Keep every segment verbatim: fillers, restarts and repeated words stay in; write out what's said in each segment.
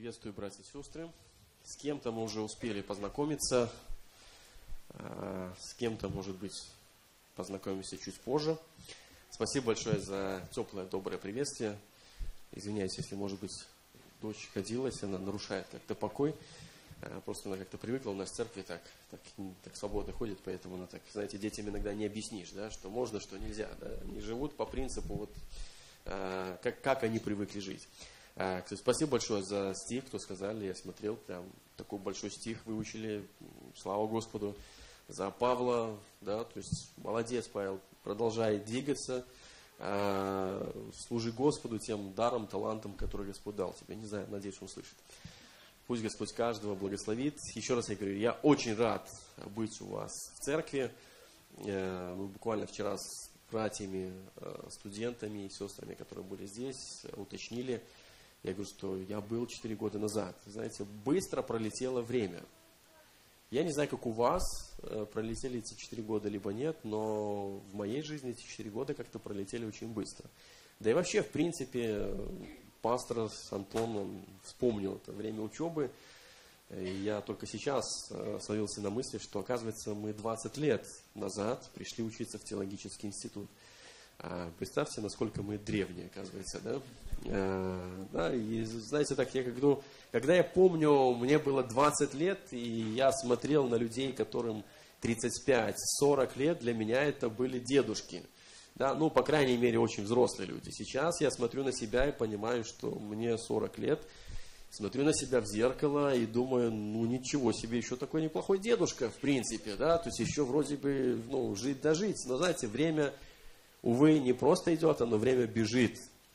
Приветствую, братья и сестры. С кем-то мы уже успели познакомиться, с кем-то, может быть, познакомимся чуть позже. Спасибо большое за теплое, доброе приветствие. Извиняюсь, если, может быть, дочь ходилась, она нарушает как-то покой. Просто она как-то привыкла, у нас в церкви так, так, так свободно ходит, поэтому она так, знаете, детям иногда не объяснишь, да, что можно, что нельзя. Да. Они живут по принципу, вот, как, как они привыкли жить. Кстати, спасибо большое за стих, кто сказали, я смотрел, прям такой большой стих выучили, слава Господу, за Павла, да, то есть молодец, Павел, продолжай двигаться, э, служи Господу тем даром, талантом, который Господь дал тебе, не знаю, надеюсь, он слышит. Пусть Господь каждого благословит. Еще раз я говорю, я очень рад быть у вас в церкви, э, мы буквально вчера с братьями, э, студентами и сестрами, которые были здесь, уточнили. Я говорю, что я был четыре года назад. Знаете, быстро пролетело время. Я не знаю, как у вас пролетели эти четыре года, либо нет, но в моей жизни эти четыре года как-то пролетели очень быстро. Да и вообще, в принципе, пастор с Антоном вспомнил это время учебы. И я только сейчас словился на мысли, что, оказывается, мы двадцать лет назад пришли учиться в теологический институт. Представьте, насколько мы древние, оказывается, да? А, да, и знаете, так, я когда, когда я помню, мне было двадцать лет, и я смотрел на людей, которым тридцать пять сорок лет, для меня это были дедушки. Да, ну, по крайней мере, очень взрослые люди. Сейчас я смотрю на себя и понимаю, что мне сорок лет, смотрю на себя в зеркало и думаю, ну, ничего себе, еще такой неплохой дедушка, в принципе, да, то есть еще вроде бы, ну, жить-дожить, но, знаете, время... Увы, не просто идет, оно время бежит.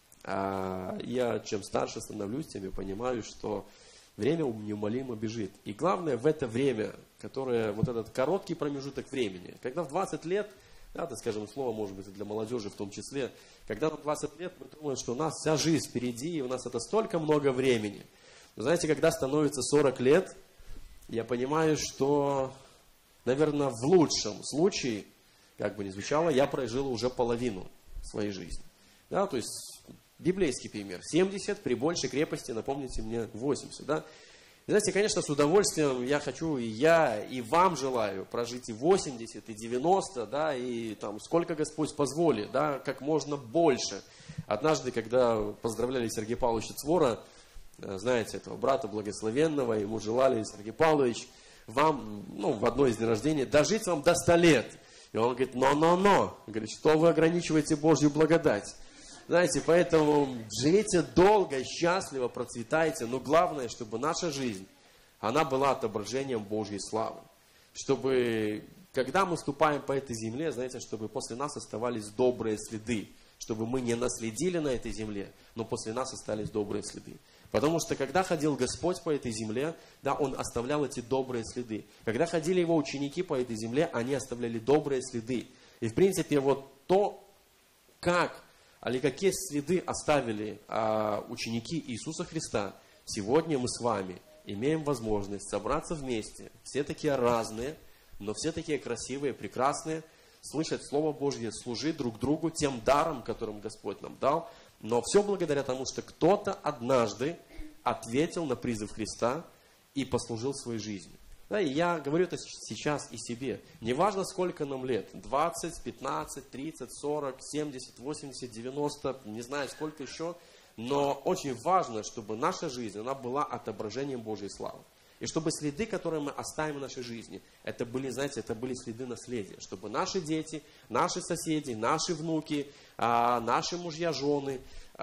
А я чем старше становлюсь, тем я понимаю, что время неумолимо бежит. И главное в это время, которое, вот этот короткий промежуток времени, когда в двадцать лет, да, так скажем, слово может быть для молодежи в том числе, когда в двадцать лет мы думаем, что у нас вся жизнь впереди, и у нас это столько много времени. Но знаете, когда становится сорок лет, я понимаю, что, наверное, в лучшем случае, как бы ни звучало, я прожил уже половину своей жизни. Да, то есть, библейский пример. семьдесят, при большей крепости, напомните мне, восемьдесят. Да? И знаете, конечно, с удовольствием я хочу, и я, и вам желаю прожить и восемьдесят, и девяносто, да, и там, сколько Господь позволит, да, как можно больше. Однажды, когда поздравляли Сергея Павловича Цвора, знаете, этого брата благословенного, ему желали, Сергей Павлович, вам, ну, в одно из дней рождения, дожить вам до ста лет. И он говорит, но-но-но. Говорит, что вы ограничиваете Божью благодать? Знаете, поэтому живите долго, счастливо, процветайте. Но главное, чтобы наша жизнь, она была отображением Божьей славы. Чтобы, когда мы ступаем по этой земле, знаете, чтобы после нас оставались добрые следы. Чтобы мы не наследили на этой земле, но после нас остались добрые следы. Потому что, когда ходил Господь по этой земле, да, Он оставлял эти добрые следы. Когда ходили Его ученики по этой земле, они оставляли добрые следы. И, в принципе, вот то, как, или какие следы оставили а, ученики Иисуса Христа, сегодня мы с вами имеем возможность собраться вместе. Все такие разные, но все такие красивые, прекрасные, слышать Слово Божье, служить друг другу тем даром, которым Господь нам дал. Но все благодаря тому, что кто-то однажды ответил на призыв Христа и послужил своей жизнью. Да, и я говорю это сейчас и себе. Неважно, сколько нам лет, двадцать, пятнадцать, тридцать, сорок, семьдесят, восемьдесят, девяносто, не знаю, сколько еще. Но очень важно, чтобы наша жизнь, она была отображением Божьей славы. И чтобы следы, которые мы оставим в нашей жизни, это были, знаете, это были следы наследия. Чтобы наши дети, наши соседи, наши внуки, наши мужья, жены,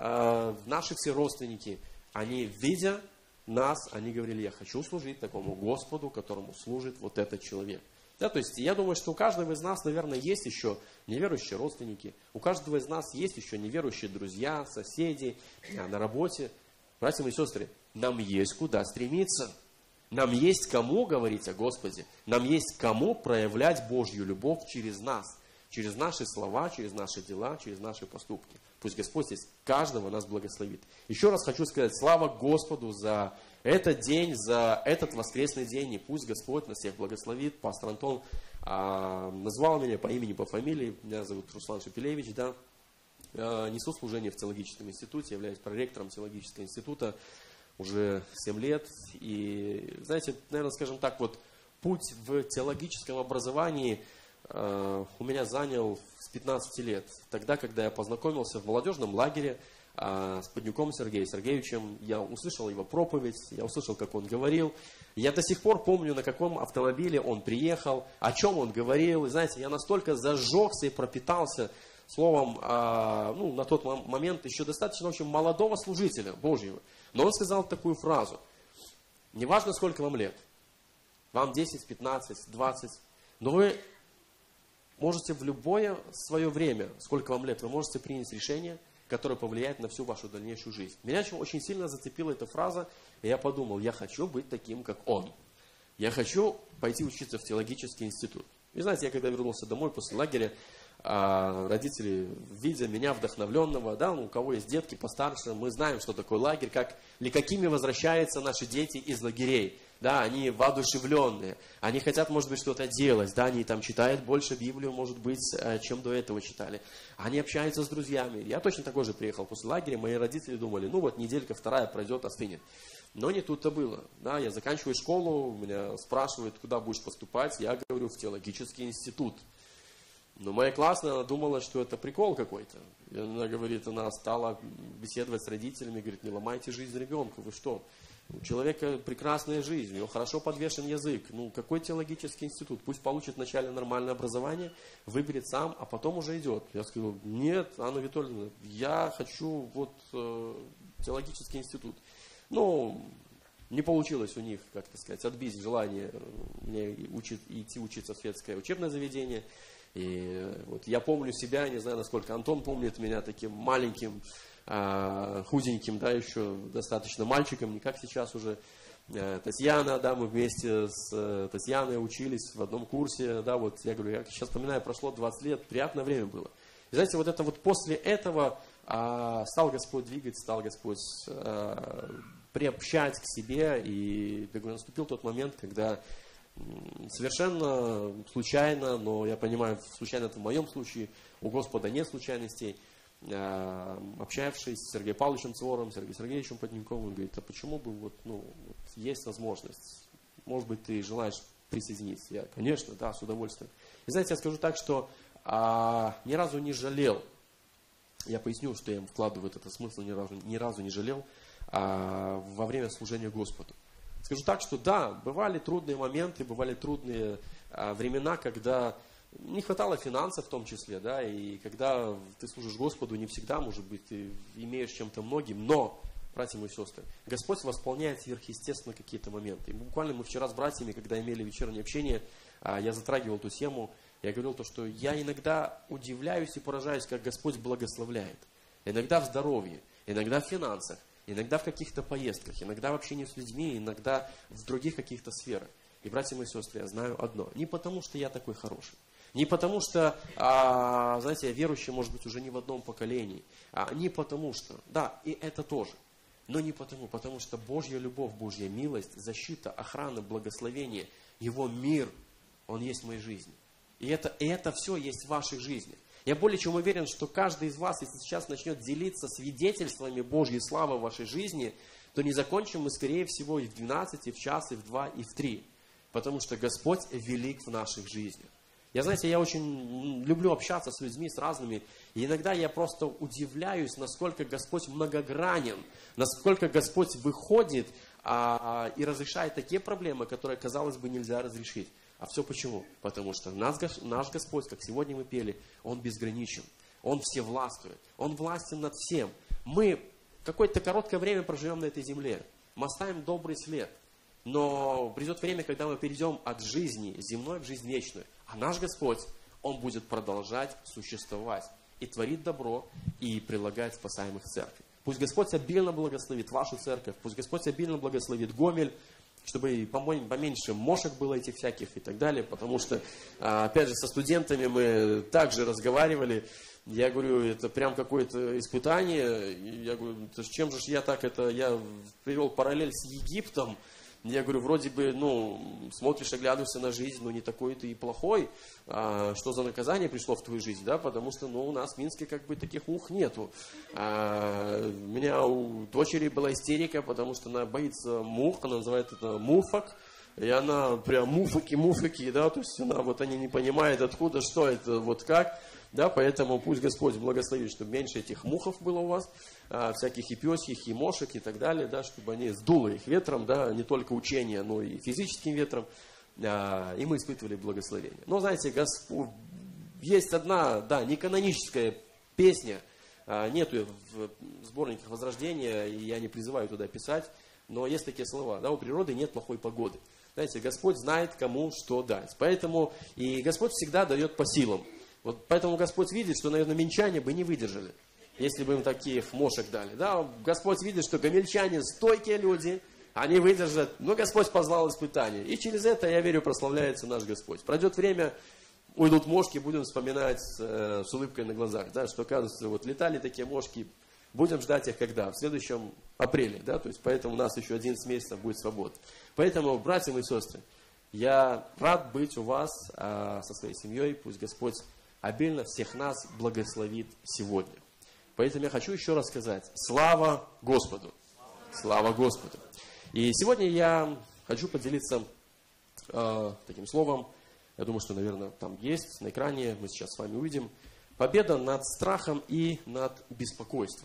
наши все родственники, они, видя нас, они говорили, я хочу служить такому Господу, которому служит вот этот человек. Да, то есть я думаю, что у каждого из нас, наверное, есть еще неверующие родственники, у каждого из нас есть еще неверующие друзья, соседи, на работе. Братья и сестры, нам есть куда стремиться. Нам есть кому говорить о Господе. Нам есть кому проявлять Божью любовь через нас. Через наши слова, через наши дела, через наши поступки. Пусть Господь здесь каждого нас благословит. Еще раз хочу сказать, слава Господу за этот день, за этот воскресный день. И пусть Господь нас всех благословит. Пастор Антон а, назвал меня по имени, по фамилии. Меня зовут Руслан Шепелевич. Да. А, несу служение в теологическом институте, являюсь проректором теологического института. уже семь лет. И, знаете, наверное, скажем так, вот путь в теологическом образовании э, у меня занял с пятнадцати лет. Тогда, когда я познакомился в молодежном лагере э, с Поднюком Сергеем Сергеевичем, я услышал его проповедь, я услышал, как он говорил. Я до сих пор помню, на каком автомобиле он приехал, о чем он говорил. И знаете, я настолько зажегся и пропитался словом, э, ну, на тот момент еще достаточно, в общем, молодого служителя Божьего. Но он сказал такую фразу: неважно, сколько вам лет, вам десять, пятнадцать, двадцать, но вы можете в любое свое время, сколько вам лет, вы можете принять решение, которое повлияет на всю вашу дальнейшую жизнь. Меня очень сильно зацепила эта фраза, и я подумал, я хочу быть таким, как он. Я хочу пойти учиться в теологический институт. И знаете, я когда вернулся домой после лагеря, родители, видя меня вдохновленного, да, ну, у кого есть детки постарше, мы знаем, что такое лагерь, как, или какими возвращаются наши дети из лагерей. Да, они воодушевленные, они хотят, может быть, что-то делать, да, они там читают больше Библию, может быть, чем до этого читали. Они общаются с друзьями. Я точно такой же приехал после лагеря, мои родители думали, ну вот неделька вторая пройдет, остынет. Но не тут-то было. Да, я заканчиваю школу, меня спрашивают, куда будешь поступать, я говорю, в теологический институт. Но моя классная, она думала, что это прикол какой-то. И она говорит, она стала беседовать с родителями, говорит, не ломайте жизнь ребенку, вы что? У человека прекрасная жизнь, у него хорошо подвешен язык. Ну, какой теологический институт? Пусть получит вначале нормальное образование, выберет сам, а потом уже идет. Я сказал, нет, Анна Витольевна, я хочу вот э, теологический институт. Ну, не получилось у них, как так сказать, отбить желание мне учить, идти учиться в светское учебное заведение. И вот я помню себя, не знаю, насколько Антон помнит меня таким маленьким, э, худеньким, да, еще достаточно мальчиком, не как сейчас уже. Э, Татьяна, да, мы вместе с э, Татьяной учились в одном курсе, да, вот я говорю, я сейчас вспоминаю, прошло двадцать лет, приятное время было. И знаете, вот это вот после этого э, стал Господь двигать, стал Господь э, приобщать к себе, и, я говорю, наступил тот момент, когда совершенно случайно, но я понимаю, случайно это в моем случае, у Господа нет случайностей, общавшись с Сергеем Павловичем Цвором, Сергеем Сергеевичем Поднюковым, он говорит, а почему бы, вот, ну, вот есть возможность, может быть, ты желаешь присоединиться? Я, конечно, да, с удовольствием. И знаете, я скажу так, что а, ни разу не жалел, я поясню, что я им вкладываю этот смысл, ни разу, ни разу не жалел а, во время служения Господу. Скажу так, что да, бывали трудные моменты, бывали трудные а, времена, когда не хватало финансов в том числе, да, и когда ты служишь Господу, не всегда, может быть, ты имеешь чем-то многим, но, братья мои сестры, Господь восполняет сверхъестественно какие-то моменты. И буквально мы вчера с братьями, когда имели вечернее общение, а, я затрагивал эту тему, я говорил то, что я иногда удивляюсь и поражаюсь, как Господь благословляет. Иногда в здоровье, иногда в финансах, иногда в каких-то поездках, иногда в общении с людьми, иногда в других каких-то сферах. И, братья мои сестры, я знаю одно. Не потому, что я такой хороший. Не потому, что, а, знаете, я верующий, может быть, уже не в одном поколении. А, не потому, что, да, и это тоже. Но не потому, потому что Божья любовь, Божья милость, защита, охрана, благословение, Его мир, Он есть в моей жизни. И это, и это все есть в вашей жизни. Я более чем уверен, что каждый из вас, если сейчас начнет делиться свидетельствами Божьей славы в вашей жизни, то не закончим мы, скорее всего, и в двенадцать, и в час, и в два, и в три. Потому что Господь велик в наших жизнях. Я, знаете, я очень люблю общаться с людьми, с разными. И иногда я просто удивляюсь, насколько Господь многогранен, насколько Господь выходит а, и разрешает такие проблемы, которые, казалось бы, нельзя разрешить. А все почему? Потому что наш, наш Господь, как сегодня мы пели, Он безграничен. Он всевластвует. Он властен над всем. Мы какое-то короткое время проживем на этой земле. Мы оставим добрый след. Но придет время, когда мы перейдем от жизни земной в жизнь вечную. А наш Господь, Он будет продолжать существовать. И творить добро, и прилагать спасаемых в церкви. Пусть Господь обильно благословит вашу церковь. Пусть Господь обильно благословит Гомель. Чтобы поменьше мошек было этих всяких и так далее. Потому что, опять же, со студентами мы также разговаривали. Я говорю, это прям какое-то испытание. Я говорю, с чем же я так это... Я привел параллель с Египтом. Я говорю, вроде бы, ну, смотришь, оглядываешься на жизнь, но не такой ты и плохой. А, что за наказание пришло в твою жизнь, да? Потому что, ну, у нас в Минске как бы таких мух нету. А, у меня у дочери была истерика, потому что она боится мух, она называет это муфок. И она прям муфаки, муфаки, да, то есть она вот они не понимают, откуда, что это, вот как. Да, поэтому пусть Господь благословит, чтобы меньше этих мухов было у вас, а, всяких и пёсьих, и мошек, и так далее, да, чтобы они сдуло их ветром, да, не только учения, но и физическим ветром, а, и мы испытывали благословение. Но, знаете, Господь, есть одна, да, неканоническая песня, а, нету ее в сборниках Возрождения, и я не призываю туда писать, но есть такие слова, да, у природы нет плохой погоды. Знаете, Господь знает, кому что дать, поэтому и Господь всегда дает по силам. Вот поэтому Господь видит, что, наверное, минчане бы не выдержали, если бы им таких мошек дали. Да? Господь видит, что гомельчане стойкие люди, они выдержат. Но Господь позвал испытания. И через это, я верю, прославляется наш Господь. Пройдет время, уйдут мошки, будем вспоминать э, с улыбкой на глазах, да, что, оказывается, вот летали такие мошки, будем ждать их когда? В следующем апреле. Да? То есть, поэтому у нас еще одиннадцать месяцев будет свободы. Поэтому, братья и сестры, я рад быть у вас э, со своей семьей. Пусть Господь обильно всех нас благословит сегодня. Поэтому я хочу еще раз сказать, слава Господу! Слава Господу! И сегодня я хочу поделиться э, таким словом, я думаю, что, наверное, там есть на экране, мы сейчас с вами увидим, победа над страхом и над беспокойством.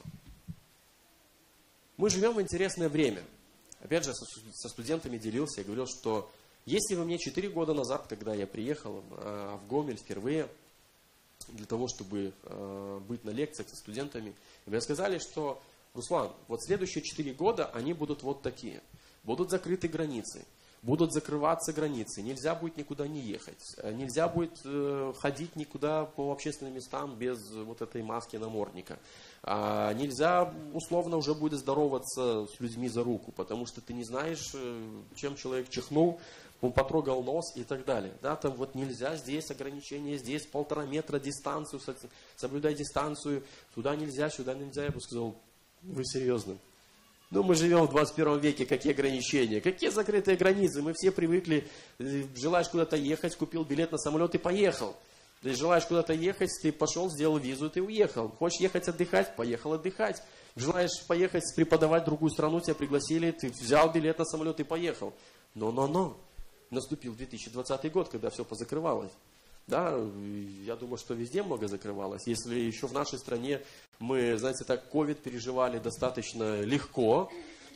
Мы живем в интересное время. Опять же, со студентами делился, я говорил, что если бы мне четыре года назад, когда я приехал э, в Гомель впервые, для того, чтобы э, быть на лекциях со студентами, мне сказали, что, Руслан, вот следующие четыре года они будут вот такие. Будут закрыты границы, будут закрываться границы, нельзя будет никуда не ехать, нельзя будет э, ходить никуда по общественным местам без вот этой маски намордника. А нельзя условно уже будет здороваться с людьми за руку, потому что ты не знаешь, чем человек чихнул, он потрогал нос и так далее. Да, там вот нельзя, здесь ограничения, здесь полтора метра дистанцию, соблюдай дистанцию, туда нельзя, сюда нельзя. Я бы сказал, вы серьезно? Ну, мы живем в двадцать первом веке, какие ограничения, какие закрытые границы, мы все привыкли, желаешь куда-то ехать, купил билет на самолет и поехал. Ты желаешь куда-то ехать, ты пошел, сделал визу, ты уехал. Хочешь ехать отдыхать, поехал отдыхать. Желаешь поехать преподавать в другую страну, тебя пригласили, ты взял билет на самолет и поехал. Но-но-но. Наступил две тысячи двадцатый год, когда все позакрывалось. Да, я думаю, что везде много закрывалось. Если еще в нашей стране мы, знаете, так ковид переживали достаточно легко,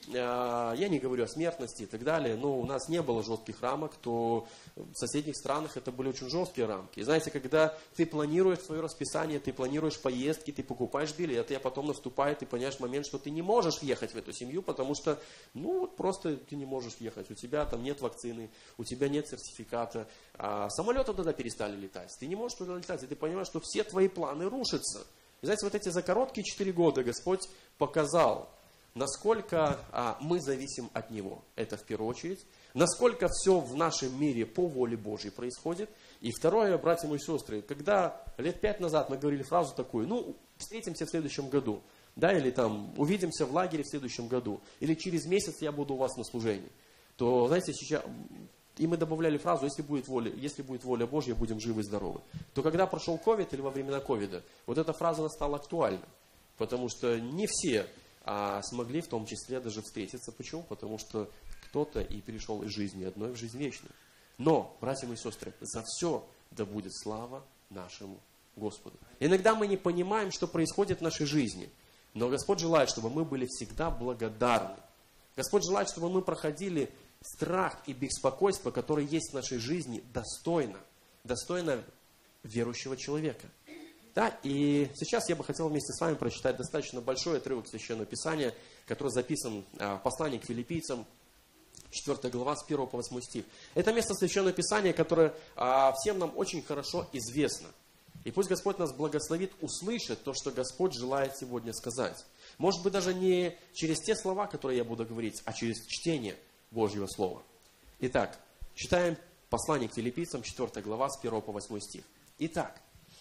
я не говорю о смертности и так далее, но у нас не было жестких рамок, то в соседних странах это были очень жесткие рамки. И знаете, когда ты планируешь свое расписание, ты планируешь поездки, ты покупаешь билеты, а потом наступает, ты понимаешь момент, что ты не можешь ехать в эту семью, потому что, ну, вот просто ты не можешь ехать, у тебя там нет вакцины, у тебя нет сертификата, а самолеты туда перестали летать, ты не можешь туда летать, и ты понимаешь, что все твои планы рушатся. И знаете, вот эти за короткие четыре года Господь показал, насколько а, мы зависим от Него, это в первую очередь. Насколько все в нашем мире по воле Божьей происходит. И второе, братья мои сестры, когда лет пять назад мы говорили фразу такую, ну, встретимся в следующем году, да, или там, увидимся в лагере в следующем году, или через месяц я буду у вас на служении, то, знаете, сейчас, и мы добавляли фразу, если будет воля, если будет воля Божья, будем живы и здоровы. То когда прошел ковид или во времена ковида, вот эта фраза стала актуальна, потому что не все а смогли в том числе даже встретиться. Почему? Потому что кто-то и перешел из жизни одной в жизнь вечную. Но, братья мои сестры, за все да будет слава нашему Господу. Иногда мы не понимаем, что происходит в нашей жизни, но Господь желает, чтобы мы были всегда благодарны. Господь желает, чтобы мы проходили страх и беспокойство, которые есть в нашей жизни, достойно, достойно верующего человека. Да, и сейчас я бы хотел вместе с вами прочитать достаточно большой отрывок Священного Писания, который записан в послании к Филиппийцам, четвёртая глава, с первого по восьмой стих. Это место Священного Писания, которое всем нам очень хорошо известно. И пусть Господь нас благословит услышать то, что Господь желает сегодня сказать. Может быть, даже не через те слова, которые я буду говорить, а через чтение Божьего Слова. Итак, читаем послание к Филиппийцам, четвёртая глава, с первого по восьмой стих. Итак,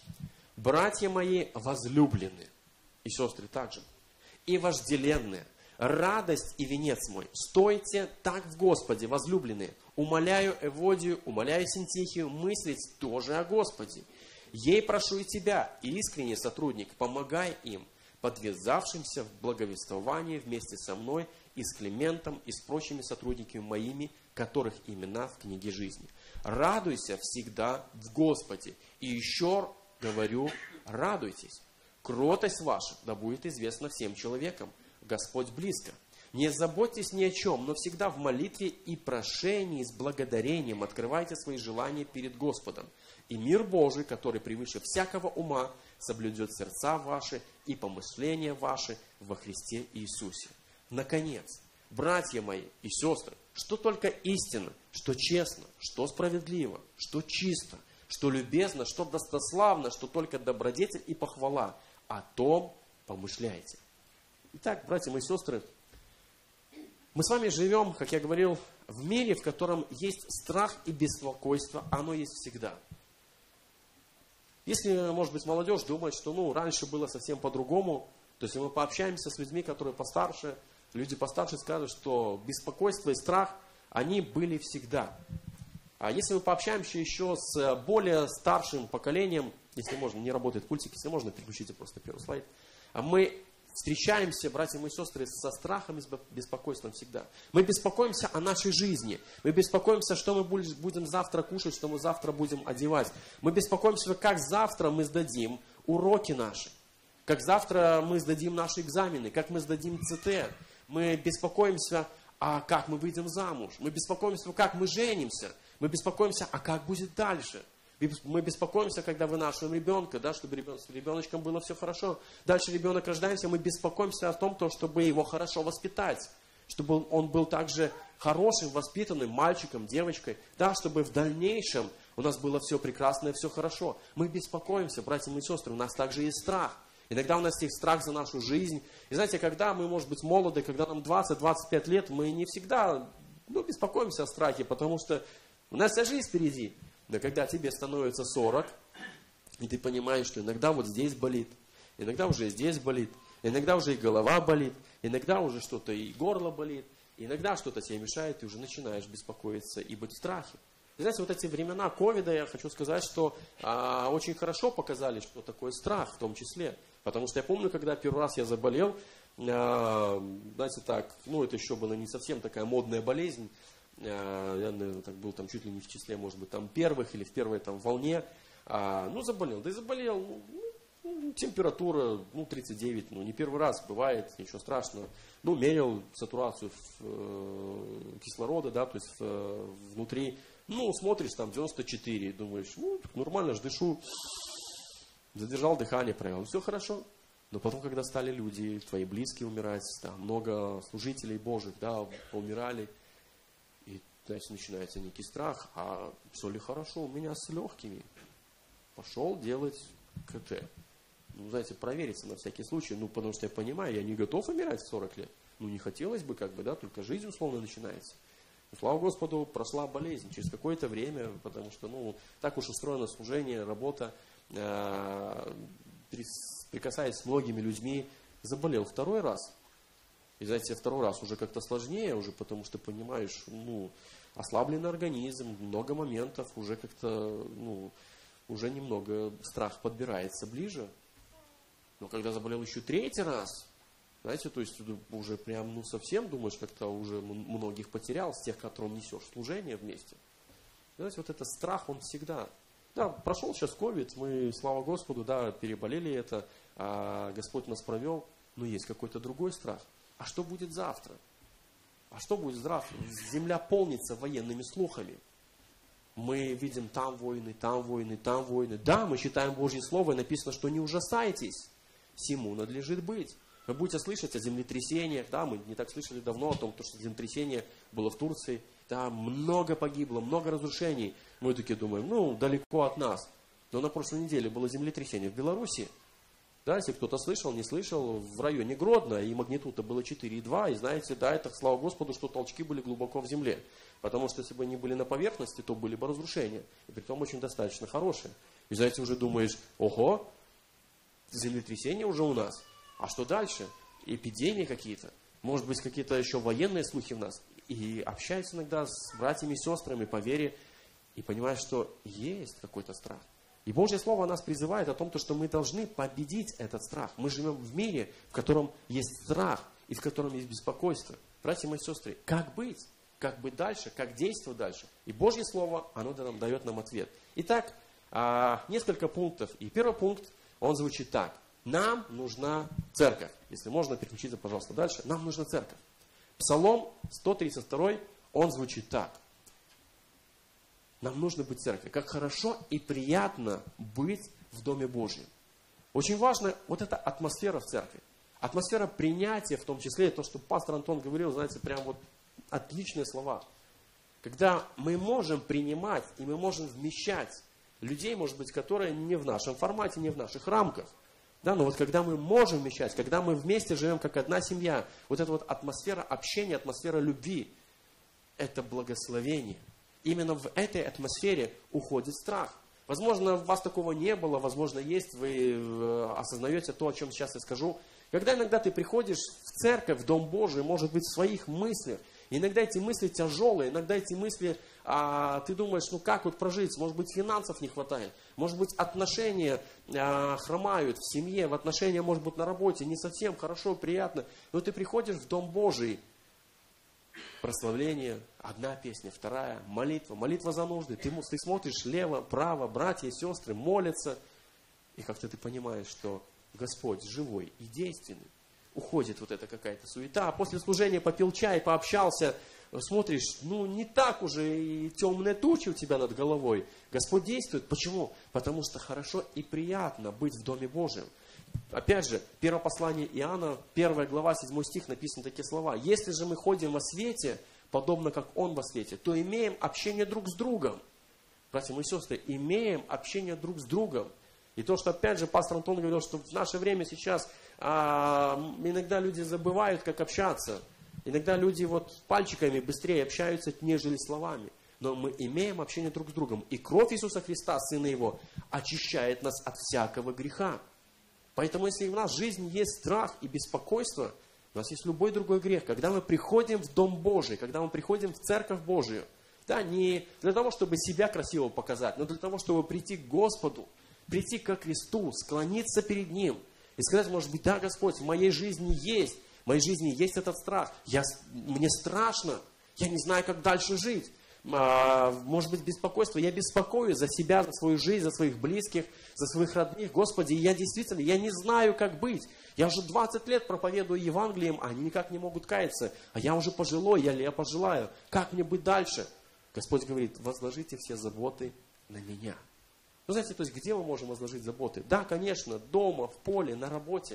братья мои возлюбленные, и сестры также, и вожделенные, радость и венец мой. Стойте так в Господе, возлюбленные. Умоляю Эводию, умоляю Синтихию мыслить тоже о Господе. Ей прошу и тебя, искренний сотрудник, помогай им, подвязавшимся в благовествовании вместе со мной и с Климентом, и с прочими сотрудниками моими, которых имена в книге жизни. Радуйся всегда в Господе. И еще говорю, радуйтесь. Кротость ваша да будет известна всем человекам. Господь близко. Не заботьтесь ни о чем, но всегда в молитве и прошении с благодарением открывайте свои желания перед Господом. И мир Божий, который превыше всякого ума, соблюдет сердца ваши и помышления ваши во Христе Иисусе. Наконец, братья мои и сестры, что только истинно, что честно, что справедливо, что чисто, что любезно, что достославно, что только добродетель и похвала, о том помышляйте. Итак, братья мои и сестры, мы с вами живем, как я говорил, в мире, в котором есть страх и беспокойство, оно есть всегда. Если, может быть, молодежь думает, что ну, раньше было совсем по-другому, то если мы пообщаемся с людьми, которые постарше, люди постарше скажут, что беспокойство и страх, они были всегда. А если мы пообщаемся еще с более старшим поколением, если можно, не работает пультик, если можно, переключите просто первый слайд, а мы встречаемся, братья и сестры, со страхом и с беспокойством всегда. Мы беспокоимся о нашей жизни. Мы беспокоимся, что мы будем завтра кушать, что мы завтра будем одевать. Мы беспокоимся, как завтра мы сдадим уроки наши. Как завтра мы сдадим наши экзамены, как мы сдадим ЦТ. Мы беспокоимся, а как мы выйдем замуж. Мы беспокоимся, как мы женимся. Мы беспокоимся, а как будет дальше. Мы беспокоимся, когда вынашиваем ребенка, да, чтобы ребен, с ребеночком было все хорошо. Дальше ребенок рождается, мы беспокоимся о том, то, чтобы его хорошо воспитать. Чтобы он был также хорошим, воспитанным мальчиком, девочкой. Да, чтобы в дальнейшем у нас было все прекрасно и все хорошо. Мы беспокоимся, братья и сестры, у нас также есть страх. Иногда у нас есть страх за нашу жизнь. И знаете, когда мы, может быть, молоды, когда нам двадцать-двадцать пять лет, мы не всегда ну, беспокоимся о страхе, потому что у нас вся жизнь впереди. Но когда тебе становится сорок, и ты понимаешь, что иногда вот здесь болит, иногда уже здесь болит, иногда уже и голова болит, иногда уже что-то и горло болит, иногда что-то тебе мешает, ты уже начинаешь беспокоиться и быть в страхе. И знаете, вот эти времена ковида, я хочу сказать, что а, очень хорошо показали, что такое страх в том числе. Потому что я помню, когда первый раз я заболел, а, знаете, так, ну это еще была не совсем такая модная болезнь, а, я, наверное, так был там чуть ли не в числе, может быть, там первых или в первой там волне, а, ну заболел, да и заболел, ну, температура, ну тридцать девять, ну не первый раз, бывает, ничего страшного. Ну мерил сатурацию в, э, кислорода, да, то есть в, внутри. Ну, смотришь, там девяносто четыре, думаешь, ну, нормально же дышу. Задержал дыхание, провел, все хорошо. Но потом, когда стали люди, твои близкие умирать, там, много служителей Божьих, да, умирали, и, знаете, начинается некий страх, а все ли хорошо у меня с легкими? Пошел делать КТ. Ну, знаете, провериться на всякий случай, ну, потому что я понимаю, я не готов умирать в сорок лет. Ну, не хотелось бы, как бы, да, только жизнь условно начинается. Слава Господу, прошла болезнь через какое-то время, потому что, ну, так уж устроено служение, работа, э, прикасаясь с многими людьми, заболел второй раз. И, знаете, второй раз уже как-то сложнее, уже потому что, понимаешь, ну, ослабленный организм, много моментов, уже как-то, ну, уже немного страх подбирается ближе. Но когда заболел еще третий раз, знаете, то есть уже прям, ну, совсем думаешь, как-то уже многих потерял, с тех, которым несешь служение вместе. Знаете, вот это страх, он всегда. Да, прошел сейчас ковид, мы, слава Господу, да, переболели это, а Господь нас провел, но есть какой-то другой страх. А что будет завтра? А что будет завтра? Земля полнится военными слухами. Мы видим там войны, там войны, там войны. Да, мы читаем Божье Слово, и написано, что не ужасайтесь, всему надлежит быть. Вы будете слышать о землетрясениях, да, мы не так слышали давно о том, что землетрясение было в Турции, да, много погибло, много разрушений. Мы такие думаем, ну, далеко от нас. Но на прошлой неделе было землетрясение в Беларуси. Да, если кто-то слышал, не слышал, в районе Гродно, и магнитуда было четыре и два, и знаете, да, это, слава Господу, что толчки были глубоко в земле. Потому что если бы они были на поверхности, то были бы разрушения, и притом очень достаточно хорошие. И знаете, уже думаешь, ого, землетрясение уже у нас. А что дальше? Эпидемии какие-то. может быть, какие-то еще военные слухи в нас. И общаюсь иногда с братьями и сестрами по вере, и понимаю, что есть какой-то страх. И Божье Слово нас призывает о том, что мы должны победить этот страх. Мы живем в мире, в котором есть страх и в котором есть беспокойство. Братья мои сестры, как быть? Как быть дальше? Как действовать дальше? И Божье Слово, оно дает нам ответ. Итак, несколько пунктов. И первый пункт, он звучит так. Нам нужна церковь. Если можно, переключиться, пожалуйста, дальше. Нам нужна церковь. Псалом сто тридцать два, он звучит так. Нам нужно быть церковью. Как хорошо и приятно быть в Доме Божьем. Очень важна вот эта атмосфера в церкви. Атмосфера принятия, в том числе, то, что пастор Антон говорил, знаете, прям вот отличные слова. Когда мы можем принимать и мы можем вмещать людей, может быть, которые не в нашем формате, не в наших рамках. Да, но вот когда мы можем вмещать, когда мы вместе живем как одна семья, вот эта вот атмосфера общения, атмосфера любви, это благословение. Именно в этой атмосфере уходит страх. Возможно, у вас такого не было, возможно, есть, вы осознаете то, о чем сейчас я скажу. Когда иногда ты приходишь в церковь, в Дом Божий, может быть, в своих мыслях, иногда эти мысли тяжелые, иногда эти мысли, а, ты думаешь, ну как вот прожить, может быть, финансов не хватает, может быть, отношения а, хромают в семье, в отношениях, может быть, на работе, не совсем хорошо, приятно, но ты приходишь в Дом Божий, прославление, одна песня, вторая, молитва, молитва за нужды, ты, ты смотришь лево, право, братья и сестры молятся, и как-то ты понимаешь, что Господь живой и действенный. Уходит вот эта какая-то суета. А после служения попил чай, пообщался, смотришь, ну не так уже и темные тучи у тебя над головой. Господь действует. Почему? Потому что хорошо и приятно быть в Доме Божьем. Опять же, первое послание Иоанна, первая глава, седьмой стих, написаны такие слова. Если же мы ходим во свете, подобно как Он во свете, то имеем общение друг с другом. Братья мои сестры, имеем общение друг с другом. И то, что, опять же, пастор Антон говорил, что в наше время сейчас а, иногда люди забывают, как общаться. Иногда люди вот пальчиками быстрее общаются, нежели словами. Но мы имеем общение друг с другом. И кровь Иисуса Христа, Сына Его, очищает нас от всякого греха. Поэтому, если в нас в жизни есть страх и беспокойство, у нас есть любой другой грех. Когда мы приходим в Дом Божий, когда мы приходим в Церковь Божию, да, не для того, чтобы себя красиво показать, но для того, чтобы прийти к Господу, прийти ко кресту, склониться перед Ним и сказать, может быть, да, Господь, в моей жизни есть, в моей жизни есть этот страх. Я, мне страшно, я не знаю, как дальше жить. А, может быть, беспокойство. Я беспокоюсь за себя, за свою жизнь, за своих близких, за своих родных. Господи, я действительно, я не знаю, как быть. Я уже двадцать лет проповедую Евангелием, а они никак не могут каяться. А я уже пожилой, я ли я пожилаю. Как мне быть дальше? Господь говорит, возложите все заботы на меня. Ну, знаете, то есть, где мы можем возложить заботы? Да, конечно, дома, в поле, на работе.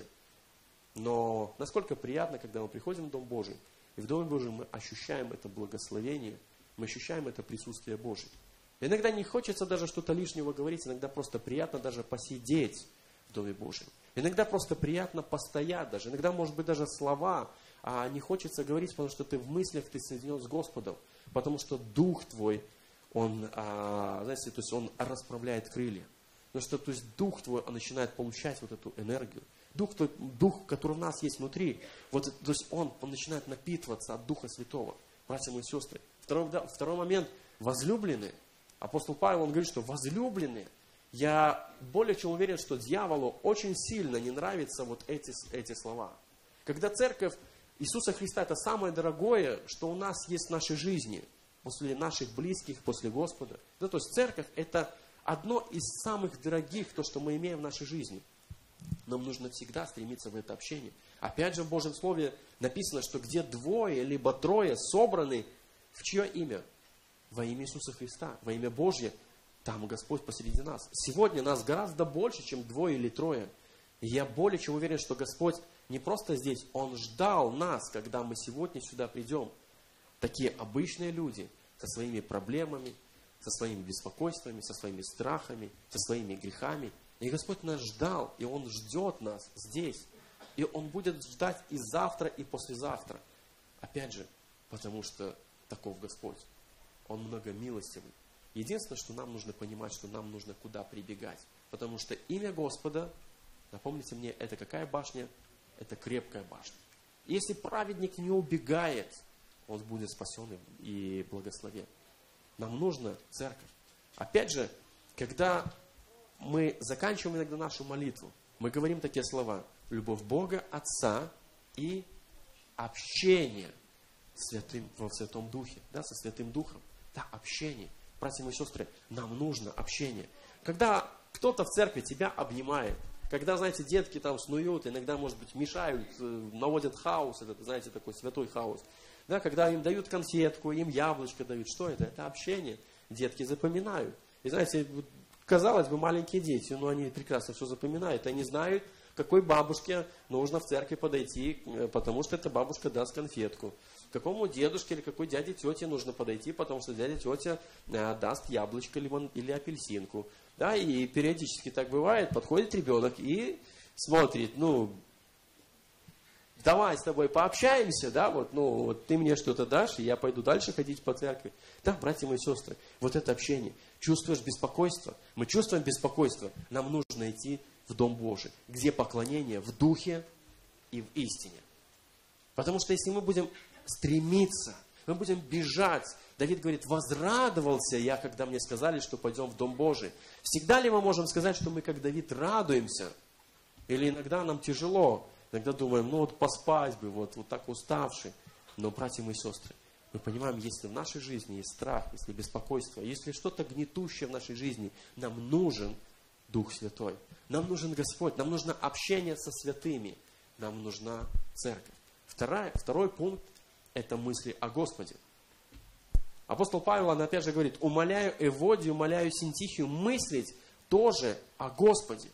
Но насколько приятно, когда мы приходим в Дом Божий, и в Доме Божьем мы ощущаем это благословение, мы ощущаем это присутствие Божие. Иногда не хочется даже что-то лишнего говорить, иногда просто приятно даже посидеть в Доме Божьем. Иногда просто приятно постоять даже, иногда, может быть, даже слова, а не хочется говорить, потому что ты в мыслях, ты соединен с Господом, потому что Дух твой, Он, а, знаете, то есть он расправляет крылья. Потому что, то есть, Дух твой, он начинает получать вот эту энергию. Дух, твой, Дух, который в нас есть внутри, вот, то есть он, он начинает напитываться от Духа Святого. Братья мои сестры. Второй, да, второй момент. Возлюбленные. Апостол Павел, он говорит, что возлюбленные. Я более чем уверен, что дьяволу очень сильно не нравятся вот эти, эти слова. Когда церковь Иисуса Христа, это самое дорогое, что у нас есть в нашей жизни. После наших близких, после Господа. Да, то есть церковь это одно из самых дорогих, то, что мы имеем в нашей жизни. Нам нужно всегда стремиться в это общение. Опять же в Божьем Слове написано, что где двое, либо трое собраны, в чье имя? Во имя Иисуса Христа, во имя Божье, там Господь посреди нас. Сегодня нас гораздо больше, чем двое или трое. И я более чем уверен, что Господь не просто здесь, Он ждал нас, когда мы сегодня сюда придем. Такие обычные люди со своими проблемами, со своими беспокойствами, со своими страхами, со своими грехами. И Господь нас ждал, и Он ждет нас здесь. И Он будет ждать и завтра, и послезавтра. Опять же, потому что таков Господь. Он многомилостивый. Единственное, что нам нужно понимать, что нам нужно куда прибегать. Потому что имя Господа, напомните мне, это какая башня? Это крепкая башня. Если праведник не убегает, он будет спасен и благословен. Нам нужна церковь. Опять же, когда мы заканчиваем иногда нашу молитву, мы говорим такие слова: любовь Бога Отца и общение святым, во Святом Духе, да, со Святым Духом. Да, общение. Братья и сестры, нам нужно общение. Когда кто-то в церкви тебя обнимает, когда, знаете, детки там снуют, иногда, может быть, мешают, наводят хаос, это, знаете, такой святой хаос. Да, когда им дают конфетку, им яблочко дают, что это? Это общение. Детки запоминают. И знаете, казалось бы, маленькие дети, но они прекрасно все запоминают. Они знают, к какой бабушке нужно в церкви подойти, потому что эта бабушка даст конфетку. К какому дедушке или какой дяде, тете нужно подойти, потому что дядя, тетя даст яблочко или апельсинку. Да, и периодически так бывает, подходит ребенок и смотрит, ну, давай с тобой пообщаемся, да, вот, ну, вот ты мне что-то дашь, и я пойду дальше ходить по церкви. Да, братья мои сестры, вот это общение. Чувствуешь беспокойство? Мы чувствуем беспокойство. Нам нужно идти в Дом Божий, где поклонение в духе и в истине. Потому что если мы будем стремиться, мы будем бежать. Давид говорит: возрадовался я, когда мне сказали, что пойдем в Дом Божий. Всегда ли мы можем сказать, что мы, как Давид, радуемся? Или иногда нам тяжело? Иногда думаем, ну вот поспать бы, вот, вот так уставший. Но, братья мои сестры, мы понимаем, если в нашей жизни есть страх, если беспокойство, если что-то гнетущее в нашей жизни, нам нужен Дух Святой. Нам нужен Господь, нам нужно общение со святыми, нам нужна церковь. Вторая, второй пункт – это мысли о Господе. Апостол Павел, он опять же говорит: умоляю Эводию, умоляю Синтихию мыслить тоже о Господе.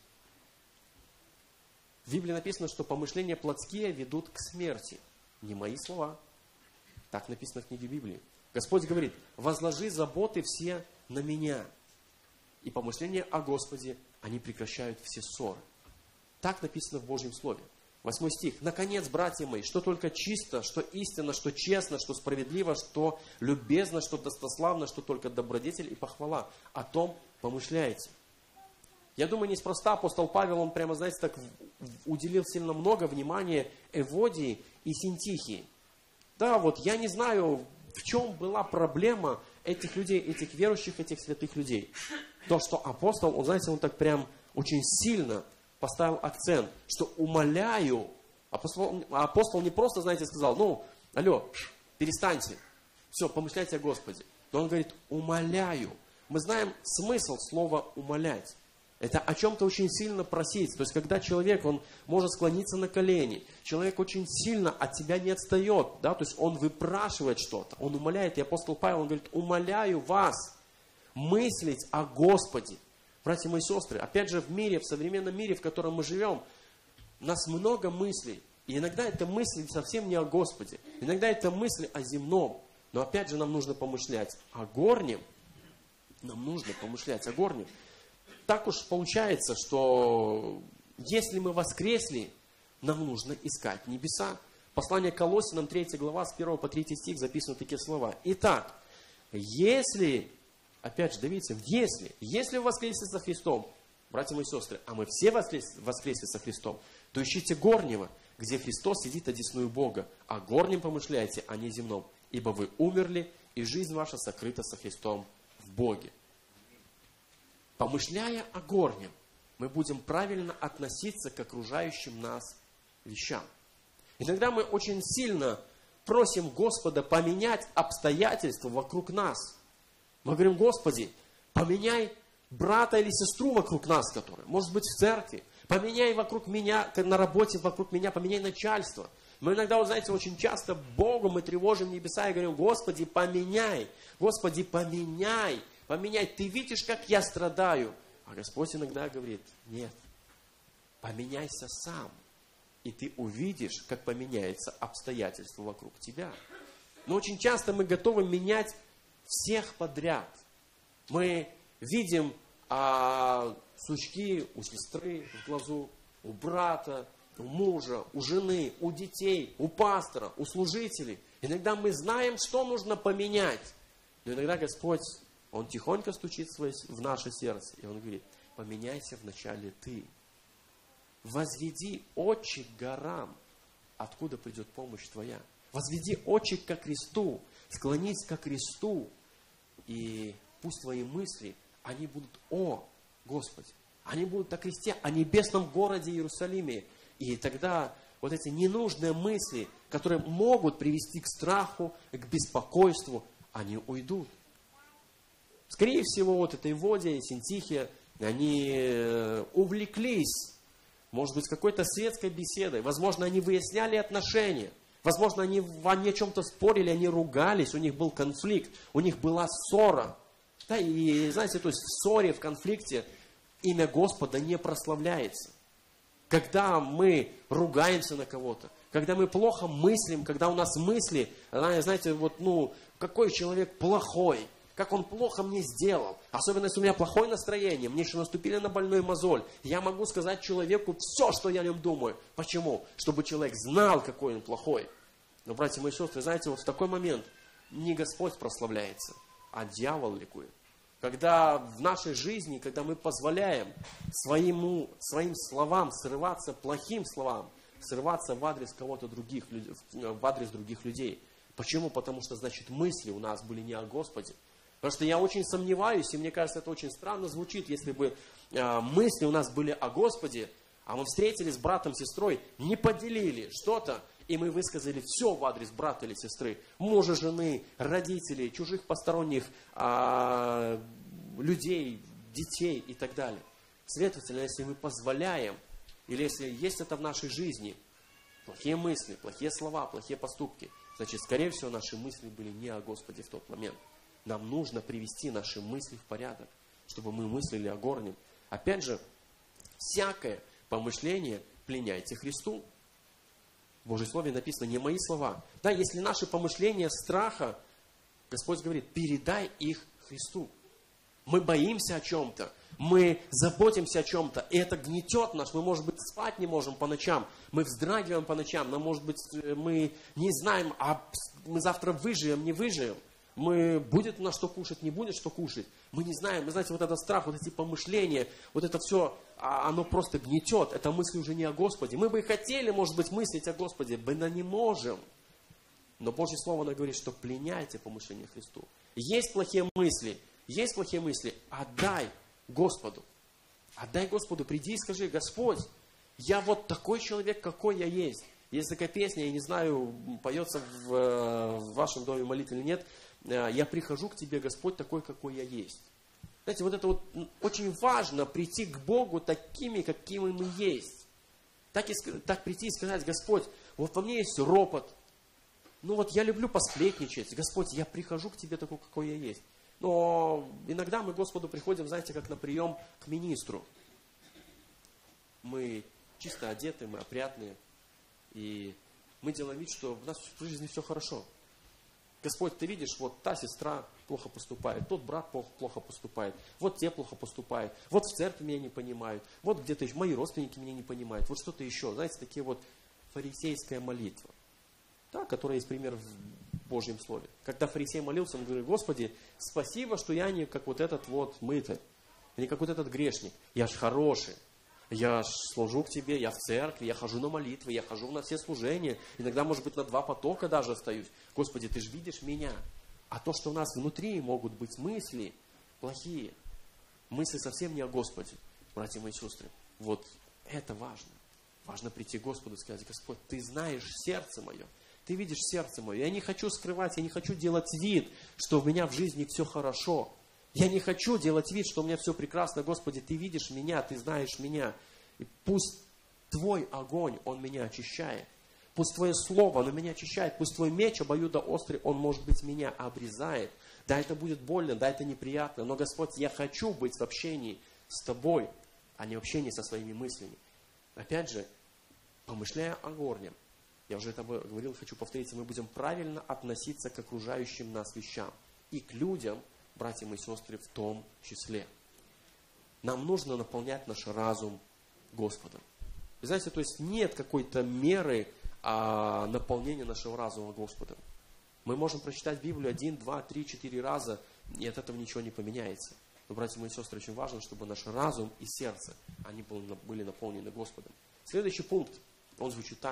В Библии написано, что помышления плотские ведут к смерти. Не мои слова. Так написано в книге Библии. Господь говорит: возложи заботы все на меня. И помышления о Господе, они прекращают все ссоры. Так написано в Божьем Слове. Восьмой стих. Наконец, братья мои, что только чисто, что истинно, что честно, что справедливо, что любезно, что достославно, что только добродетель и похвала. О том помышляйте. Я думаю, неспроста апостол Павел, он прямо, знаете, так уделил сильно много внимания Эводии и Синтихии. Да, вот я не знаю, в чем была проблема этих людей, этих верующих, этих святых людей. То, что апостол, он, знаете, он так прям очень сильно поставил акцент, что умоляю. Апостол, апостол не просто, знаете, сказал: ну, алло, перестаньте, все, помышляйте о Господе. Но он говорит: умоляю. Мы знаем смысл слова умолять. Это о чем-то очень сильно просить. То есть, когда человек, он может склониться на колени, человек очень сильно от тебя не отстает, да, то есть он выпрашивает что-то, он умоляет. И апостол Павел, он говорит: умоляю вас мыслить о Господе. Братья мои сестры, опять же, в мире, в современном мире, в котором мы живем, у нас много мыслей. И иногда это мысли совсем не о Господе. Иногда это мысли о земном. Но опять же, нам нужно помышлять о горнем. Нам нужно помышлять о горнем. Так уж получается, что если мы воскресли, нам нужно искать небеса. Послание к Колоссянам, третья глава, с первого по третий стих записаны такие слова. Итак, если... Опять же, да видите, если, если вы воскресли со Христом, братья мои сестры, а мы все воскресли, воскресли со Христом, то ищите горнего, где Христос сидит одесную Бога, а горнем помышляйте, а не земном, ибо вы умерли, и жизнь ваша сокрыта со Христом в Боге. Помышляя о горнем, мы будем правильно относиться к окружающим нас вещам. Иногда мы очень сильно просим Господа поменять обстоятельства вокруг нас. Мы говорим: Господи, поменяй брата или сестру вокруг нас, которые, может быть, в церкви. Поменяй вокруг меня, на работе вокруг меня, поменяй начальство. Мы иногда, вот знаете, очень часто Богу мы тревожим небеса и говорим: Господи, поменяй, Господи, поменяй, поменяй. Ты видишь, как я страдаю. А Господь иногда говорит: нет, поменяйся сам. И ты увидишь, как поменяется обстоятельства вокруг тебя. Но очень часто мы готовы менять всех подряд. Мы видим а, сучки у сестры в глазу, у брата, у мужа, у жены, у детей, у пастора, у служителей. Иногда мы знаем, что нужно поменять. Но иногда Господь, Он тихонько стучит в наше сердце. И Он говорит: поменяйся вначале ты. Возведи очи к горам. откуда придет помощь твоя. Возведи очи ко кресту, склонись ко кресту, и пусть твои мысли, они будут о Господе. Они будут о кресте, о небесном городе Иерусалиме. И тогда вот эти ненужные мысли, которые могут привести к страху, к беспокойству, они уйдут. Скорее всего, вот этой Водя и Синтихия, они увлеклись, может быть, какой-то светской беседой. Возможно, они выясняли отношения. Возможно, они, они о чем-то спорили, они ругались, у них был конфликт, у них была ссора. Да, и знаете, то есть в ссоре, в конфликте имя Господа не прославляется. Когда мы ругаемся на кого-то, когда мы плохо мыслим, когда у нас мысли, знаете, вот, ну, какой человек плохой, как он плохо мне сделал. Особенно, если у меня плохое настроение, мне еще наступили на больной мозоль. Я могу сказать человеку все, что я о нем думаю. Почему? Чтобы человек знал, какой он плохой. Но, братья мои сестры, знаете, вот в такой момент не Господь прославляется, а дьявол ликует. Когда в нашей жизни, когда мы позволяем своему, своим словам срываться, плохим словам, срываться в адрес кого-то других, в адрес других людей. Почему? Потому что, значит, мысли у нас были не о Господе. Потому что я очень сомневаюсь, и мне кажется, это очень странно звучит, если бы э, мысли у нас были о Господе, а мы встретились с братом, сестрой, не поделили что-то, и мы высказали все в адрес брата или сестры, мужа, жены, родителей, чужих посторонних э, людей, детей и так далее. Следовательно, если мы позволяем, или если есть это в нашей жизни, плохие мысли, плохие слова, плохие поступки, значит, скорее всего, наши мысли были не о Господе в тот момент. Нам нужно привести наши мысли в порядок, чтобы мы мыслили о горнем. Опять же, всякое помышление пленяйте Христу. В Божьем Слове написано, не мои слова. Да, если наши помышления страха, Господь говорит, передай их Христу. Мы боимся о чем-то, мы заботимся о чем-то, и это гнетет нас. Мы, может быть, спать не можем по ночам, мы вздрагиваем по ночам, но, может быть, мы не знаем, а мы завтра выживем, не выживем. Мы, будет у нас что кушать, не будет что кушать. Мы не знаем, вы знаете, вот этот страх, вот эти помышления, вот это все, оно просто гнетет. Это мысли уже не о Господе. Мы бы и хотели, может быть, мыслить о Господе, но не можем. Но Божье Слово, оно говорит, что пленяйте помышления Христу. Есть плохие мысли, есть плохие мысли, отдай Господу. Отдай Господу, приди и скажи, Господь, я вот такой человек, какой я есть. Есть такая песня, я не знаю, поется в, в вашем доме молитвы или нет, я прихожу к тебе, Господь, такой, какой я есть. Знаете, вот это вот очень важно, прийти к Богу такими, какими мы есть. Так, и, так прийти и сказать, Господь, вот во мне есть ропот. Ну вот я люблю посплетничать. Господь, я прихожу к тебе такой, какой я есть. Но иногда мы к Господу приходим, знаете, как на прием к министру. Мы чисто одеты, мы опрятные. И мы делаем вид, что в нас в жизни все хорошо. Господь, ты видишь, вот та сестра плохо поступает, тот брат плохо поступает, вот те плохо поступают, вот в церкви меня не понимают, вот где-то еще мои родственники меня не понимают, вот что-то еще. Знаете, такие вот фарисейская молитва, да, которая есть пример в Божьем Слове. Когда фарисей молился, он говорит, Господи, спасибо, что я не как вот этот вот мытарь, не как вот этот грешник, я ж хороший. Я служу к тебе, я в церкви, я хожу на молитвы, я хожу на все служения. Иногда, может быть, на два потока даже остаюсь. Господи, ты же видишь меня. А то, что у нас внутри могут быть мысли плохие, мысли совсем не о Господе, братья мои сестры. Вот это важно. Важно прийти к Господу и сказать, Господь, ты знаешь сердце мое. Ты видишь сердце мое. Я не хочу скрывать, я не хочу делать вид, что у меня в жизни все хорошо. Я не хочу делать вид, что у меня все прекрасно, Господи, Ты видишь меня, Ты знаешь меня. И пусть Твой огонь, он меня очищает. Пусть Твое Слово, оно меня очищает. Пусть Твой меч обоюдоострый, он, может быть, меня обрезает. Да, это будет больно, да, это неприятно. Но, Господь, я хочу быть в общении с Тобой, а не в общении со своими мыслями. Опять же, помышляя о горнем, я уже это говорил, хочу повториться, мы будем правильно относиться к окружающим нас вещам. И к людям, братья и сестры, в том числе. Нам нужно наполнять наш разум Господом. Вы знаете, то есть нет какой-то меры а, наполнения нашего разума Господом. Мы можем прочитать Библию один, два, три, четыре раза, и от этого ничего не поменяется. Но, братья и сестры, очень важно, чтобы наш разум и сердце, они были наполнены Господом. Следующий пункт, он звучит так.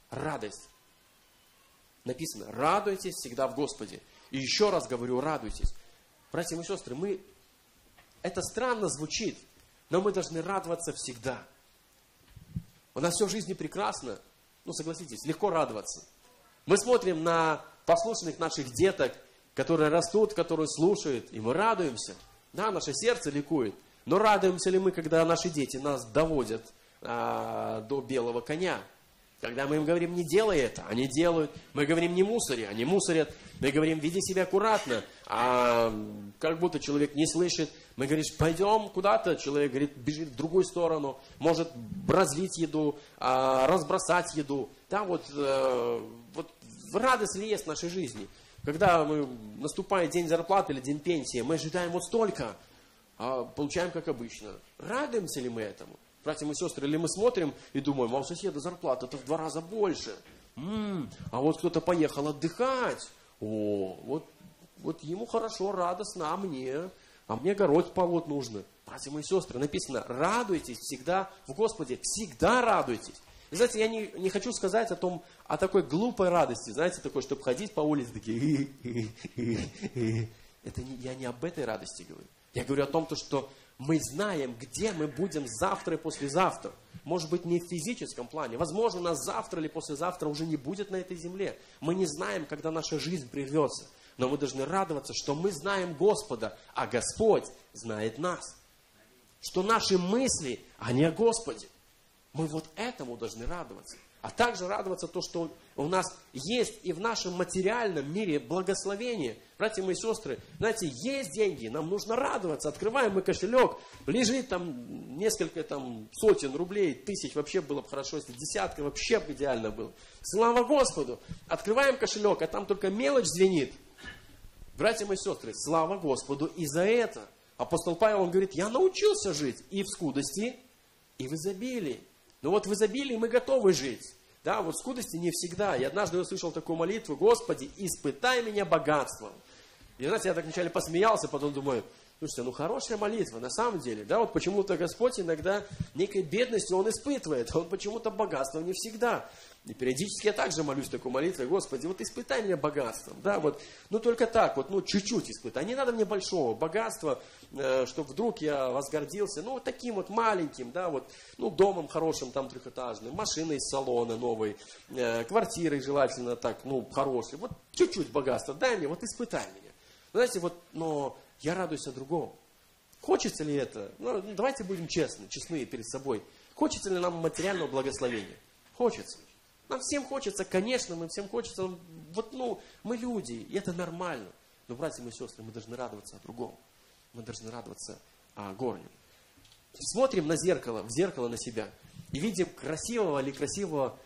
радость. Написано, радуйтесь всегда в Господе. И еще раз говорю, радуйтесь. Братья и сестры, мы... Это странно звучит, но мы должны радоваться всегда. У нас все в жизни прекрасно. Ну, согласитесь, легко радоваться. Мы смотрим на послушных наших деток, которые растут, которые слушают, и мы радуемся. Да, наше сердце ликует. Но радуемся ли мы, когда наши дети нас доводят а, до белого коня? Когда мы им говорим, не делай это, они делают. Мы говорим, не мусори, они мусорят. Мы говорим, веди себя аккуратно, а как будто человек не слышит. Мы говорим, пойдем куда-то, человек говорит, бежит в другую сторону, может разлить еду, а, разбросать еду. Да, вот, э, вот радость ли есть в нашей жизни? Когда мы, наступает день зарплаты или день пенсии, мы ожидаем вот столько, а получаем как обычно. Радуемся ли мы этому? Братья и сестры, или мы смотрим и думаем, а у соседа зарплата-то в два раза больше. М-м, а вот кто-то поехал отдыхать. О, вот, вот ему хорошо, радостно, а мне? А мне огород полоть нужно. Братья и сестры, написано, радуйтесь всегда в Господе, всегда радуйтесь. И знаете, я не, не хочу сказать о том, о такой глупой радости, знаете, такой, чтобы ходить по улице, такие, это не, я не об этой радости говорю. Я говорю о том, что мы знаем, где мы будем завтра и послезавтра. Может быть, не в физическом плане. Возможно, нас завтра или послезавтра уже не будет на этой земле. Мы не знаем, когда наша жизнь прервется. Но мы должны радоваться, что мы знаем Господа, а Господь знает нас. Что наши мысли, они о Господе. Мы вот этому должны радоваться. А также радоваться то, что у нас есть и в нашем материальном мире благословение. Братья мои сестры, знаете, есть деньги, нам нужно радоваться. Открываем мы кошелек, лежит там несколько там, сотен рублей, тысяч, вообще было бы хорошо, если десятка, вообще бы идеально было. Слава Господу! Открываем кошелек, а там только мелочь звенит. Братья мои сестры, слава Господу и за это. Апостол Павел, он говорит, я научился жить и в скудости, и в изобилии. Но вот в изобилии мы готовы жить. Да, вот в скудости не всегда. И однажды я услышал такую молитву, Господи, испытай меня богатством. И знаете, я так вначале посмеялся, потом думаю, слушайте, ну хорошая молитва, на самом деле. Да, вот почему-то Господь иногда некой бедностью Он испытывает, Он почему-то богатством не всегда. И периодически я также молюсь такой молитвой, Господи, вот испытай меня богатством. Да, вот, ну только так, вот, ну чуть-чуть испытай. Не надо мне большого богатства, э, чтобы вдруг я возгордился. Ну вот таким вот маленьким, да, вот, ну домом хорошим, там трехэтажным, машиной из салона новой, э, квартирой желательно так, ну хорошей. Вот чуть-чуть богатства дай мне, вот испытай меня. Знаете, вот, но я радуюсь о другом. Хочется ли это? Ну, давайте будем честны, честны перед собой. Хочется ли нам материального благословения? Хочется. Нам всем хочется, конечно, мы всем хочется, вот, ну, мы люди, и это нормально. Но, братья и сестры, мы должны радоваться о другом. Мы должны радоваться о горнем. Смотрим на зеркало, в зеркало на себя, и видим красивого или красивого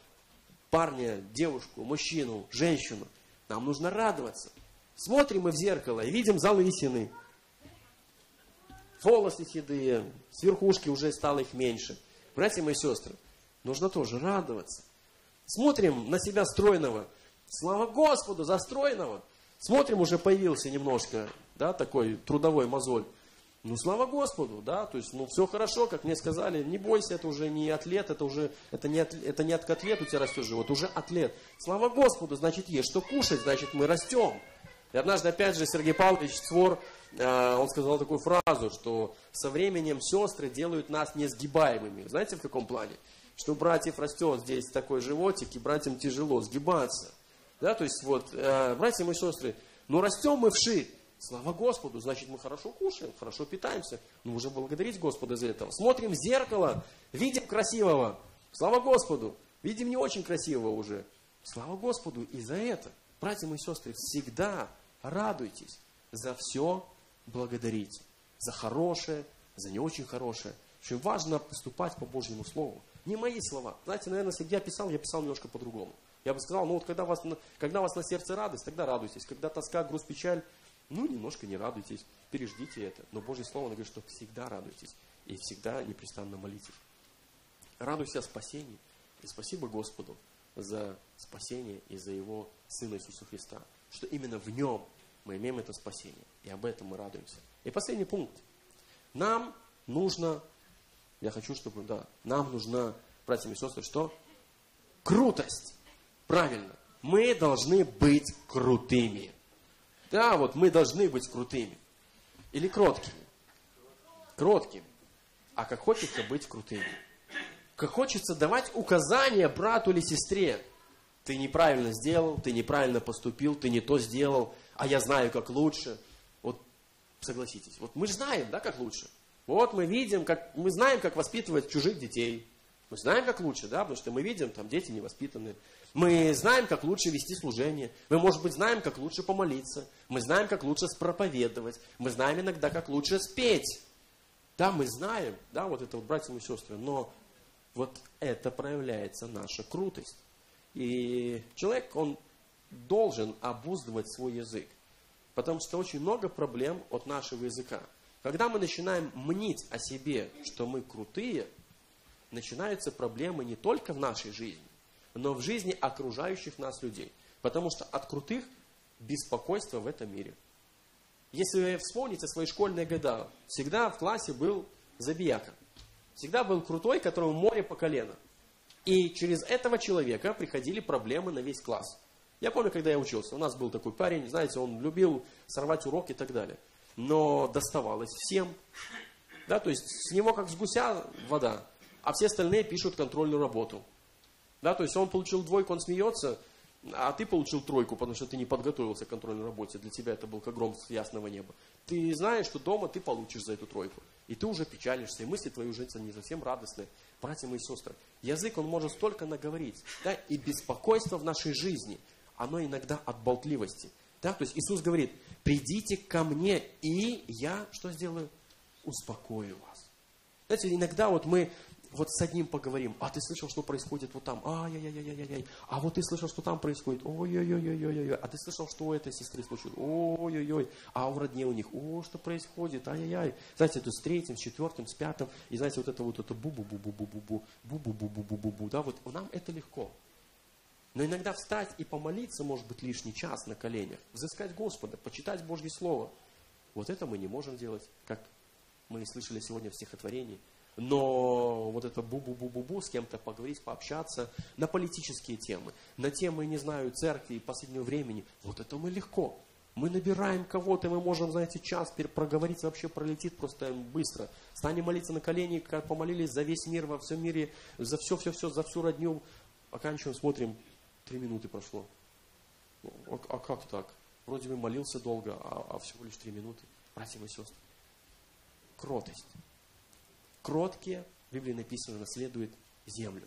парня, девушку, мужчину, женщину. Нам нужно радоваться. Смотрим мы в зеркало и видим залысины. Волосы седые, с верхушки уже стало их меньше. Братья и сестры, нужно тоже радоваться. Смотрим на себя стройного. Слава Господу за стройного. Смотрим, уже появился немножко, да, такой трудовой мозоль. Ну, слава Господу, да, то есть, ну, все хорошо, как мне сказали, не бойся, это уже не атлет, это уже, это не, от, это не от котлет у тебя растет живот, уже атлет. Слава Господу, значит, есть что кушать, значит, мы растем. И однажды, опять же, Сергей Павлович Цвор, э, он сказал такую фразу, что со временем сестры делают нас несгибаемыми. Знаете, в каком плане? Что у братьев растет здесь такой животик, и братьям тяжело сгибаться. Да, то есть вот, э, братья и сестры, ну растем мы вширь, слава Господу, значит мы хорошо кушаем, хорошо питаемся. Ну уже благодарить Господа за этого. Смотрим в зеркало, видим красивого, слава Господу, видим не очень красивого уже, слава Господу и за это. Братья и сестры, всегда радуйтесь, за все благодарите, за хорошее, за не очень хорошее. Очень важно поступать по Божьему Слову. Не мои слова. Знаете, наверное, если бы я писал, я писал немножко по-другому. Я бы сказал, ну вот когда у вас, когда у вас на сердце радость, тогда радуйтесь. Когда тоска, грусть, печаль, ну немножко не радуйтесь, переждите это. Но Божье Слово говорит, что всегда радуйтесь и всегда непрестанно молитесь. Радуйся о спасении. И спасибо Господу за спасение и за Его Сына Иисуса Христа. Что именно в Нем мы имеем это спасение. И об этом мы радуемся. И последний пункт. Нам нужно... Я хочу, чтобы, да, нам нужна, братья и сестры, что? Крутость. Правильно. Мы должны быть крутыми. Да, вот мы должны быть крутыми. Или кроткими. Кроткими. А как хочется быть крутыми. Как хочется давать указания брату или сестре. Ты неправильно сделал, ты неправильно поступил, ты не то сделал, а я знаю, как лучше. Вот согласитесь. Вот мы же знаем, да, как лучше. Вот мы видим, как, мы знаем, как воспитывать чужих детей. Мы знаем, как лучше, да, потому что мы видим, там дети невоспитанные. Мы знаем, как лучше вести служение. Мы, может быть, знаем, как лучше помолиться. Мы знаем, как лучше спроповедовать. Мы знаем иногда, как лучше спеть. Да, мы знаем, да, вот это вот, братья и сестры, но вот это проявляется наша крутость. И человек, он должен обуздывать свой язык. Потому что очень много проблем от нашего языка. Когда мы начинаем мнить о себе, что мы крутые, начинаются проблемы не только в нашей жизни, но в жизни окружающих нас людей. Потому что от крутых беспокойство в этом мире. Если вы вспомните свои школьные года, всегда в классе был забияка. Всегда был крутой, которому море по колено. И через этого человека приходили проблемы на весь класс. Я помню, когда я учился, у нас был такой парень, знаете, он любил сорвать урок и так далее. Но доставалось всем. Да, то есть с него как с гуся вода, а все остальные пишут контрольную работу. Да, то есть он получил двойку, он смеется, а ты получил тройку, потому что ты не подготовился к контрольной работе. Для тебя это был как гром с ясного неба. Ты знаешь, что дома ты получишь за эту тройку. И ты уже печалишься, и мысли твои уже не совсем радостные. Братья мои сестры, язык, он может столько наговорить. Да, и беспокойство в нашей жизни, оно иногда от болтливости. Да, то есть Иисус говорит, придите ко мне, и я что сделаю? Успокою вас. Знаете, иногда вот мы вот с одним поговорим, а ты слышал, что происходит вот там? Ай-яй-яй-яй-яй. А вот ты слышал, что там происходит? Ой-ой-ой-ой-ой-ой. А ты слышал, что у этой сестры случилось? Ой-ой-ой. А у родне у них? О, что происходит? Ай-яй-яй. Знаете, это с третьим, с четвертым, с пятым. И знаете, вот это вот это бу-бу-бу-бу-бу-бу-бу. Бу-бу-бу-бу-бу-бу. Да, вот нам это легко. Но иногда встать и помолиться, может быть, лишний час на коленях. Взыскать Господа, почитать Божье Слово. Вот это мы не можем делать, как мы слышали сегодня в стихотворении. Но вот это бу-бу-бу-бу-бу, с кем-то поговорить, пообщаться на политические темы, на темы, не знаю, церкви последнего времени, вот это мы легко. Мы набираем кого-то, мы можем, знаете, час проговорить, вообще пролетит просто быстро. Станем молиться на колени, как помолились за весь мир, во всем мире, за все-все-все, за всю родню. Оканчиваем, смотрим, три минуты прошло. А, а как так? Вроде бы молился долго, а, а всего лишь три минуты. Братья и сестры, кротость. Кроткие, в Библии написано, наследуют землю.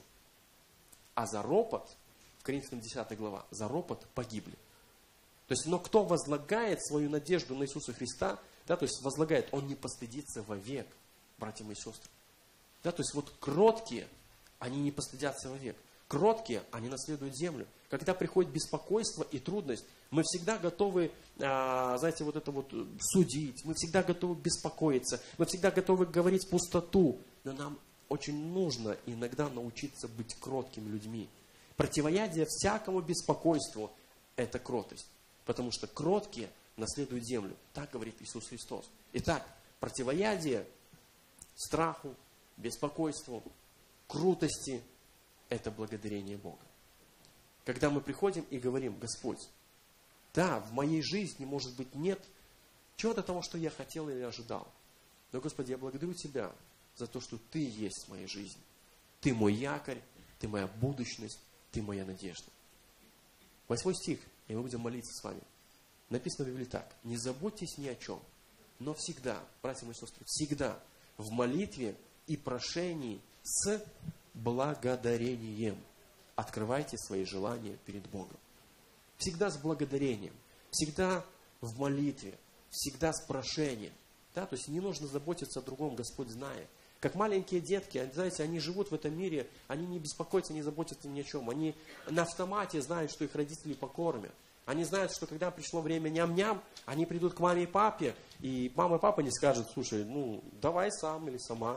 А за ропот, в Коринфянам десятая глава, за ропот погибли. То есть, но кто возлагает свою надежду на Иисуса Христа, да, то есть возлагает, он не постыдится вовек, братья мои сестры. Да, то есть вот кроткие, они не постыдятся вовек. Кроткие, они наследуют землю. Когда приходит беспокойство и трудность, мы всегда готовы, а, знаете, вот это вот судить, мы всегда готовы беспокоиться, мы всегда готовы говорить пустоту. Но нам очень нужно иногда научиться быть кроткими людьми. Противоядие всякому беспокойству – это кротость. Потому что кроткие наследуют землю. Так говорит Иисус Христос. Итак, противоядие страху, беспокойству, крутости – это благодарение Бога. Когда мы приходим и говорим, Господь, да, в моей жизни, может быть, нет чего-то того, что я хотел или ожидал. Но, Господи, я благодарю Тебя за то, что Ты есть в моей жизни. Ты мой якорь, Ты моя будущность, Ты моя надежда. Восьмой стих, и мы будем молиться с вами. Написано в Библии так. Не заботьтесь ни о чем, но всегда, братья и сестры, всегда в молитве и прошении с благодарением открывайте свои желания перед Богом. Всегда с благодарением, всегда в молитве, всегда с прошением. Да? То есть не нужно заботиться о другом, Господь знает. Как маленькие детки, знаете, они живут в этом мире, они не беспокоятся, не заботятся ни о чем. Они на автомате знают, что их родители покормят. Они знают, что когда пришло время ням-ням, они придут к маме и папе, и мама и папа не скажут, слушай, ну давай сам или сама.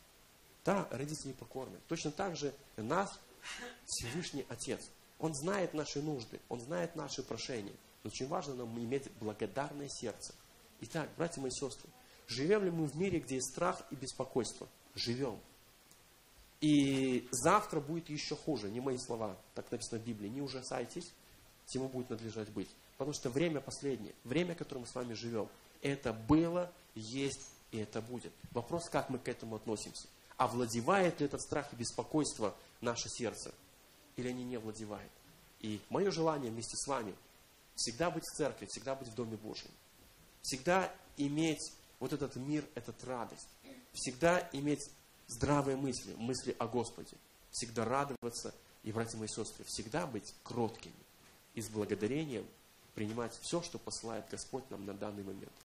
Да, родители покормят. Точно так же нас Всевышний Отец. Он знает наши нужды, Он знает наши прошения. Но очень важно нам иметь благодарное сердце. Итак, братья мои сестры, живем ли мы в мире, где есть страх и беспокойство? Живем. И завтра будет еще хуже, не мои слова, так написано в Библии. Не ужасайтесь, всему будет надлежать быть. Потому что время последнее, время, в котором мы с вами живем, это было, есть и это будет. Вопрос, как мы к этому относимся. Овладевает ли этот страх и беспокойство наше сердце? Или они не овладевают? И мое желание вместе с вами всегда быть в церкви, всегда быть в Доме Божьем. Всегда иметь вот этот мир, эту радость. Всегда иметь здравые мысли, мысли о Господе. Всегда радоваться, и, братья мои сестры, всегда быть кроткими и с благодарением принимать все, что посылает Господь нам на данный момент.